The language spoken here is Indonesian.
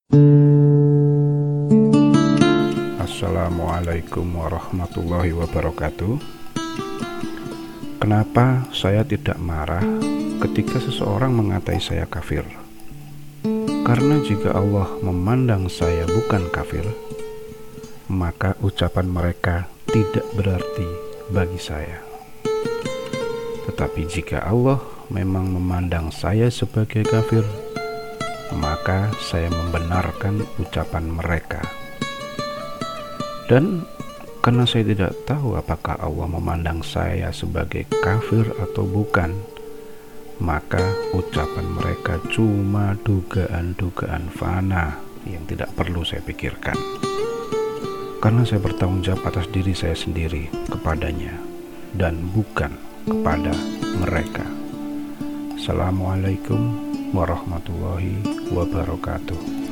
Assalamualaikum warahmatullahi wabarakatuh. Kenapa saya tidak marah ketika seseorang mengatai saya kafir? Karena jika Allah memandang saya bukan kafir, maka ucapan mereka tidak berarti bagi saya. Tetapi jika Allah memang memandang saya sebagai kafir, maka saya membenarkan ucapan mereka. Dan karena saya tidak tahu apakah Allah memandang saya sebagai kafir atau bukan, maka ucapan mereka cuma dugaan-dugaan fana yang tidak perlu saya pikirkan. Karena saya bertanggung jawab atas diri saya sendiri kepadanya dan bukan kepada mereka. Assalamualaikum warahmatullahi wabarakatuh.